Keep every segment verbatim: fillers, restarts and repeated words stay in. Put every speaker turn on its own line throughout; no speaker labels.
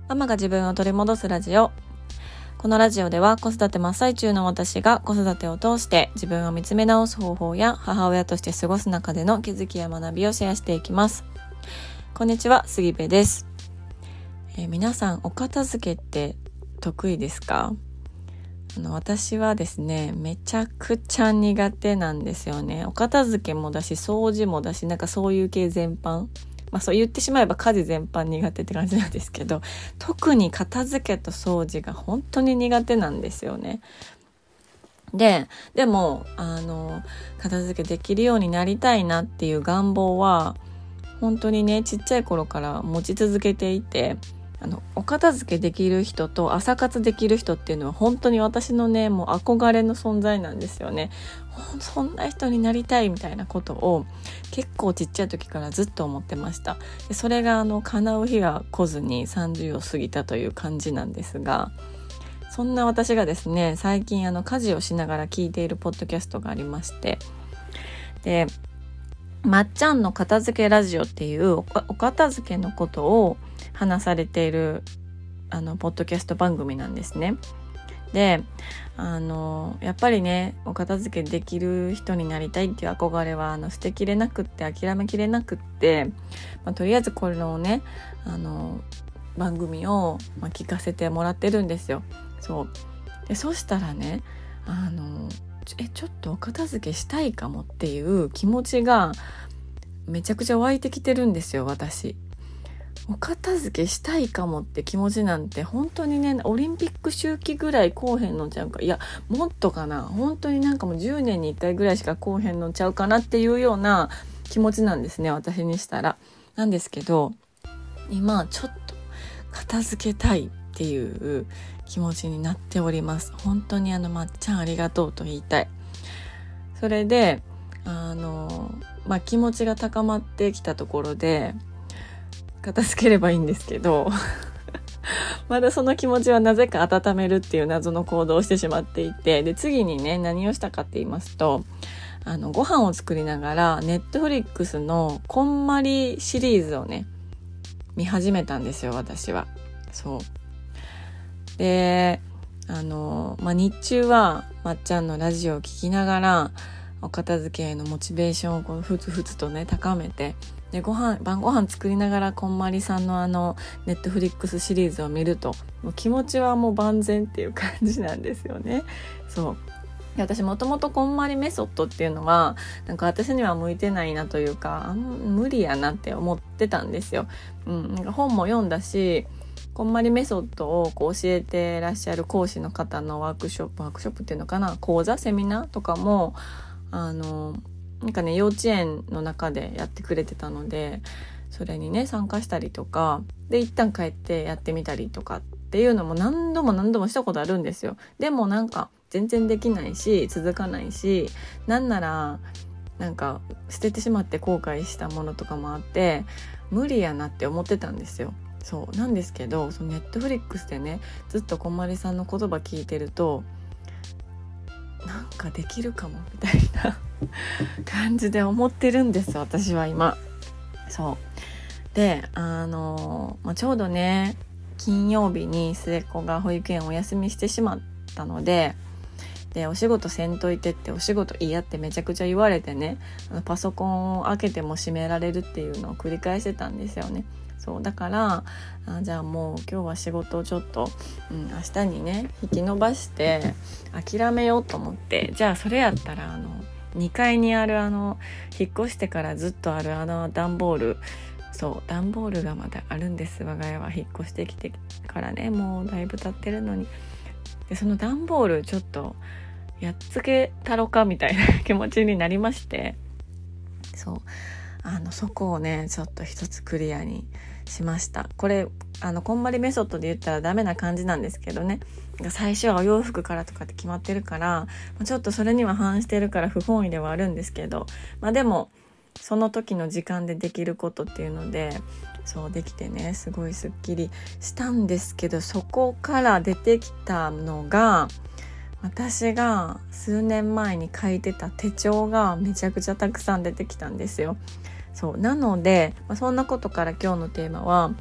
ママが自分を取り戻すラジオ。このラジオでは子育て真っ最中の私が子育てを通して自分を見つめ直す方法や母親として過ごす中での気づきや学びをシェアしていきます。こんにちは、杉部です。えー、皆さんお片付けって得意ですか？あの私はですね、めちゃくちゃ苦手なんですよね。お片付けもだし、掃除もだし、なんかそういう系全般。まあそう言ってしまえば家事全般苦手って感じなんですけど、特に片付けと掃除が本当に苦手なんですよね。で、でもあの片付けできるようになりたいなっていう願望は本当にね、ちっちゃい頃から持ち続けていて、あのお片付けできる人と朝活できる人っていうのは本当に私のね、もう憧れの存在なんですよね。そんな人になりたいみたいなことを結構ちっちゃい時からずっと思ってました。でそれがあの叶う日が来ずにさんじゅうを過ぎたという感じなんですが、そんな私がですね、最近あの家事をしながら聞いているポッドキャストがありまして、でまっちゃんの片付けラジオっていうお片付けのことを話されているあのポッドキャスト番組なんですね。で、あのやっぱりね、お片付けできる人になりたいっていう憧れはあの捨てきれなくって諦めきれなくって、まあ、とりあえずこれのね、あの番組を、まあ、聞かせてもらってるんですよ。そうで、そうしたらね、あのえちょっとお片付けしたいかもっていう気持ちがめちゃくちゃ湧いてきてるんですよ。私お片付けしたいかもって気持ちなんて本当にね、オリンピック周期ぐらいこうへんのちゃうか、いやもっとかな、本当になんかもうじゅうねんにいっかいぐらいしかこうへんのちゃうかなっていうような気持ちなんですね、私にしたら。なんですけど、今ちょっと片付けたいっていう気持ちになっております。本当にあのまっちゃんありがとうと言いたい。それであの、まあ、気持ちが高まってきたところで片付ければいいんですけどまだその気持ちはなぜか温めるっていう謎の行動をしてしまっていて、で次にね、何をしたかって言いますと、あのご飯を作りながらネットフリックスのこんまりシリーズをね見始めたんですよ、私は。そうで、あの、まあ、日中はまっちゃんのラジオを聞きながらお片付けへのモチベーションをこうふつふつとね高めて、でご飯晩ご飯作りながらこんまりさんのあのネットフリックスシリーズを見ると、もう気持ちはもう万全っていう感じなんですよね。そうで、私もともとこんまりメソッドっていうのはなんか私には向いてないなというか、あん無理やなって思ってたんですよ。うん、なんか本も読んだし、こんまりメソッドをこう教えてらっしゃる講師の方のワークショップワークショップっていうのかな、講座セミナーとかもあのなんかね、幼稚園の中でやってくれてたので、それにね参加したりとかで、一旦帰ってやってみたりとかっていうのも何度も何度もしたことあるんですよ。でもなんか全然できないし続かないし、なんならなんか捨ててしまって後悔したものとかもあって、無理やなって思ってたんですよ。そうなんですけど、そのネットフリックスでねずっとこんまりさんの言葉聞いてると、なんかできるかもみたいな感じで思ってるんです、私は今。そうで、あの、まあ、ちょうどね金曜日に末っ子が保育園をお休みしてしまったので、でお仕事せんといてってお仕事嫌ってめちゃくちゃ言われてね、パソコンを開けても閉められるっていうのを繰り返してたんですよね。そうだからあじゃあもう今日は仕事をちょっと、うん、明日にね引き延ばして諦めようと思って、じゃあそれやったらあのにかいにあるあの引っ越してからずっとあるあの段ボール、そう段ボールがまだあるんです。我が家は引っ越してきてからねもうだいぶ経ってるのに、でその段ボールちょっとやっつけたろかみたいな気持ちになりまして、そうあのそこをねちょっと一つクリアにしました。これあのこんまりメソッドで言ったらダメな感じなんですけどね、最初はお洋服からとかって決まってるからちょっとそれには反してるから不本意ではあるんですけど、まあでもその時の時間でできることっていうのでそうできてね、すごいすっきりしたんですけど、そこから出てきたのが私が数年前に書いてた手帳がめちゃくちゃたくさん出てきたんですよ。そうなので、まあ、そんなことから今日のテーマは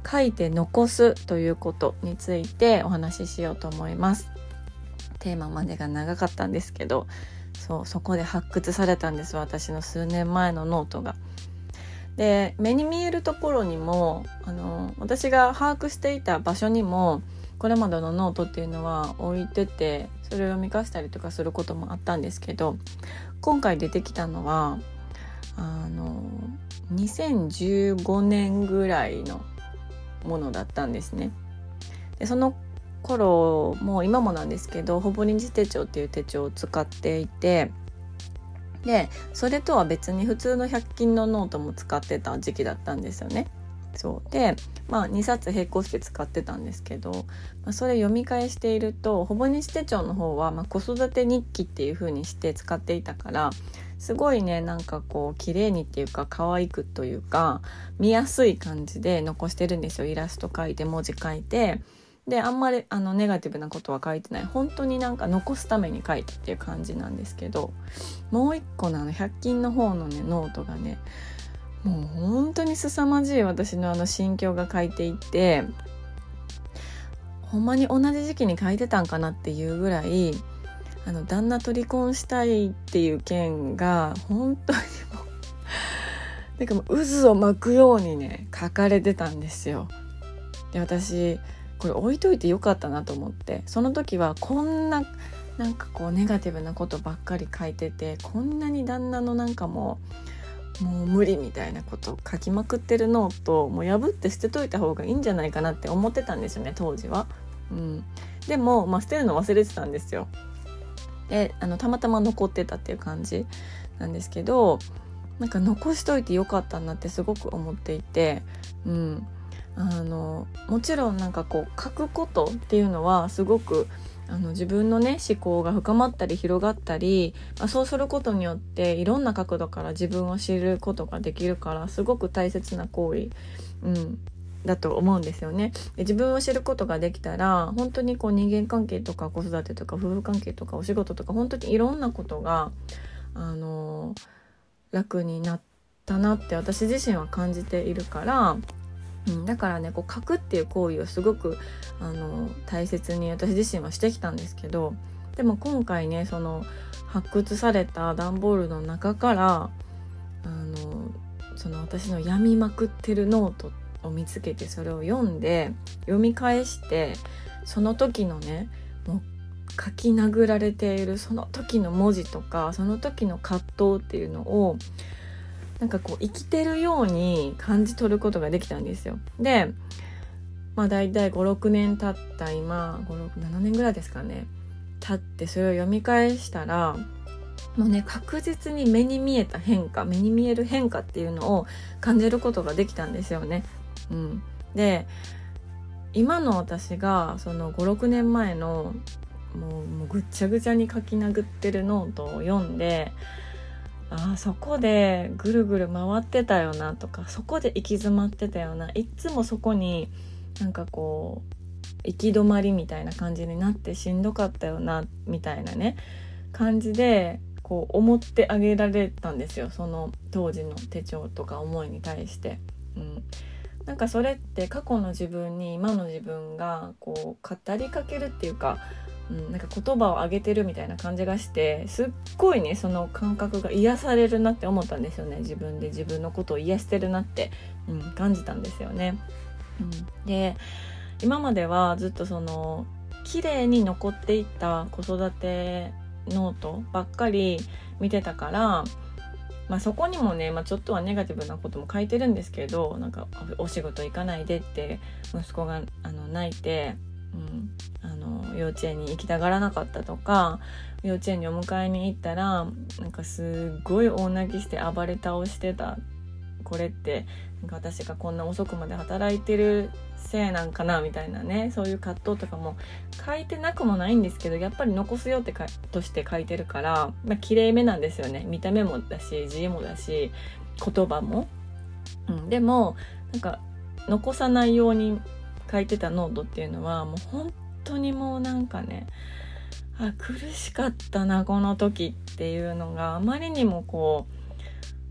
書いて残すということについてお話ししようと思います。テーマまでが長かったんですけど、そうそこで発掘されたんです、私の数年前のノートが。で、目に見えるところにもあの私が把握していた場所にもこれまでのノートっていうのは置いてて、それを読み返したりとかすることもあったんですけど、今回出てきたのはあのにせんじゅうごねんぐらいのものだったんですね。でその頃も今もなんですけど、ほぼ日手帳っていう手帳を使っていて、でそれとは別に普通のひゃく均のノートも使ってた時期だったんですよね。そうで、まあ、にさつ並行して使ってたんですけど、まあ、それ読み返していると、ほぼ日手帳の方は、まあ、子育て日記っていう風にして使っていたから、すごいね、なんかこう綺麗にっていうか可愛くというか見やすい感じで残してるんですよ。イラスト描いて文字書いて、であんまりあのネガティブなことは書いてない、本当になんか残すために書いたっていう感じなんですけど、もう一個のあのひゃく均の方のねノートがね、もう本当に凄まじい私のあの心境が書いていて、ほんまに同じ時期に書いてたんかなっていうぐらい、あの旦那と離婚したいっていう件が本当にもうなんかもう渦を巻くようにね書かれてたんですよ。で、私これ置いといてよかったなと思って、その時はこんななんかこうネガティブなことばっかり書いてて、こんなに旦那のなんかもうもう無理みたいなことを書きまくってるノートをもう破って捨てといた方がいいんじゃないかなって思ってたんですよね、当時は。うん、でも、まあ、捨てるの忘れてたんですよ。であのたまたま残ってたっていう感じなんですけど、なんか残しといてよかったなってすごく思っていて、うん、あのもちろんなんかこう書くことっていうのはすごくあの自分のね思考が深まったり広がったり、まあ、そうすることによっていろんな角度から自分を知ることができるから、すごく大切な行為、うん、だと思うんですよね。で自分を知ることができたら、本当にこう人間関係とか子育てとか夫婦関係とかお仕事とか本当にいろんなことがあの楽になったなって私自身は感じているから、うん、だからねこう書くっていう行為をすごくあの大切に私自身はしてきたんですけど、でも今回ねその発掘された段ボールの中からあのその私の病みまくってるノートを見つけて、それを読んで読み返して、その時のねもう書き殴られているその時の文字とかその時の葛藤っていうのをなんかこう生きてるように感じ取ることができたんですよ。で、まあだいたいご、ろくねん経った今、ご、ろく、ななねんぐらいですかね。経ってそれを読み返したら、もうね確実に目に見えた変化、目に見える変化っていうのを感じることができたんですよね。うん。で、今の私がそのご、ろくねんまえのもう、もうぐっちゃぐちゃに書き殴ってるノートを読んで、ああそこでぐるぐる回ってたよなとか、そこで行き詰まってたよな、いつもそこになんかこう行き止まりみたいな感じになってしんどかったよなみたいなね感じでこう思ってあげられたんですよ、その当時の手帳とか思いに対して。うん、なんかそれって過去の自分に今の自分がこう語りかけるっていうか、うん、なんか言葉を上げてるみたいな感じがして、すっごいねその感覚が癒されるなって思ったんですよね。自分で自分のことを癒してるなって、うん、感じたんですよね。うん、で今まではずっとその綺麗に残っていった子育てノートばっかり見てたから、まあ、そこにもね、まあ、ちょっとはネガティブなことも書いてるんですけど、なんかお仕事行かないでって息子があの泣いて、うん、あの幼稚園に行きたがらなかったとか、幼稚園にお迎えに行ったらなんかすっごい大泣きして暴れ倒してた、これってなんか私がこんな遅くまで働いてるせいなんかなみたいなね、そういう葛藤とかも書いてなくもないんですけど、やっぱり残すよってかとして書いてるから、まあ綺麗めなんですよね。見た目もだし字もだし言葉も、うん、でもなんか残さないように書いてたノートっていうのはもう本当にもうなんかね、あ苦しかったなこの時っていうのがあまりにもこう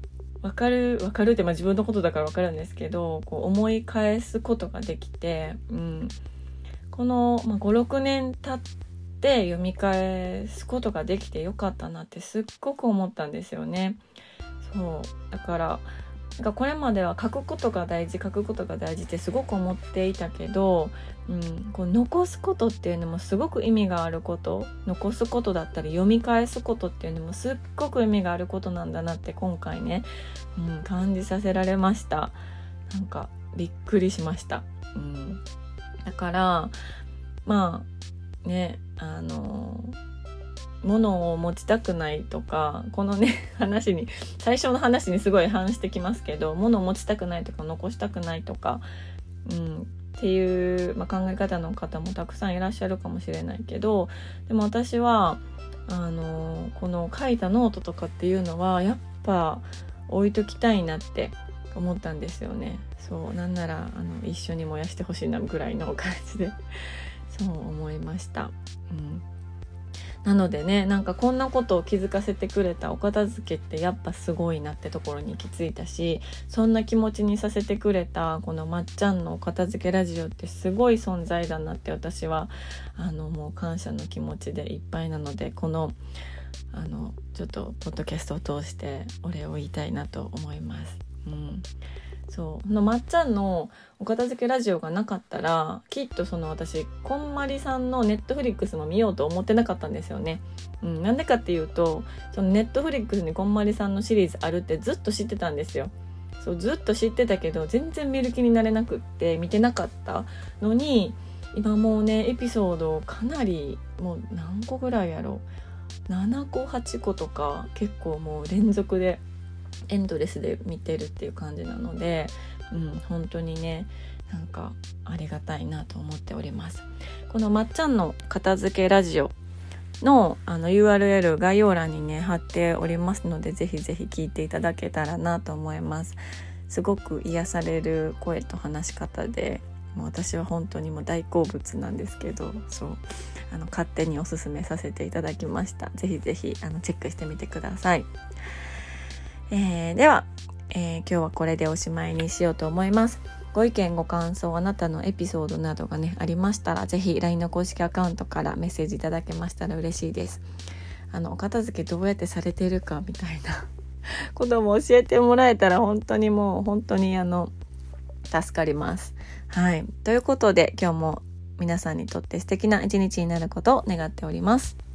分かる分かるって、まあ、自分のことだから分かるんですけど、こう思い返すことができて、うん、この、まあ、ごろくねん経って読み返すことができてよかったなってすっごく思ったんですよね。そうだからなんかこれまでは書くことが大事書くことが大事ってすごく思っていたけど、うん、こう残すことっていうのもすごく意味があること、残すことだったり読み返すことっていうのもすっごく意味があることなんだなって今回ね、うん、感じさせられました。なんかびっくりしました、うん、だからまあねあの物を持ちたくないとか、このね話に最初の話にすごい反してきますけど、物を持ちたくないとか残したくないとか、うん、っていう、まあ、考え方の方もたくさんいらっしゃるかもしれないけど、でも私はあのこの書いたノートとかっていうのはやっぱ置いときたいなって思ったんですよね。そうなんならあの一緒に燃やしてほしいなぐらいの感じでそう思いました、うんなのでね、なんかこんなことを気づかせてくれたお片付けってやっぱすごいなってところに行き着いたし、そんな気持ちにさせてくれたこのまっちゃんのお片付けラジオってすごい存在だなって私はあのもう感謝の気持ちでいっぱいなので、このあのちょっとポッドキャストを通してお礼を言いたいなと思います。うんそうのまっちゃんのお片付けラジオがなかったらきっとその私こんまりさんのネットフリックスも見ようと思ってなかったんですよね、うん、なんでかっていうとそのネットフリックスにこんまりさんのシリーズあるってずっと知ってたんですよ。そうずっと知ってたけど全然見る気になれなくって見てなかったのに、今もうねエピソードかなりもう何個ぐらいやろうななこはちことか結構もう連続でエンドレスで見てるっていう感じなので、うん、本当にねなんかありがたいなと思っております。このまっちゃんの片付けラジオの, あの ユーアールエル 概要欄にね貼っておりますので、ぜひぜひ聞いていただけたらなと思います。すごく癒される声と話し方で、もう私は本当にもう大好物なんですけど、そうあの勝手におすすめさせていただきました。ぜひぜひあのチェックしてみてください。えー、では、えー、今日はこれでおしまいにしようと思います。ご意見ご感想あなたのエピソードなどがねありましたら、ぜひ ライン の公式アカウントからメッセージいただけましたら嬉しいです。あのお片付けどうやってされてるかみたいなことも教えてもらえたら本当にもう本当にあの助かります。はい、ということで今日も皆さんにとって素敵な一日になることを願っております。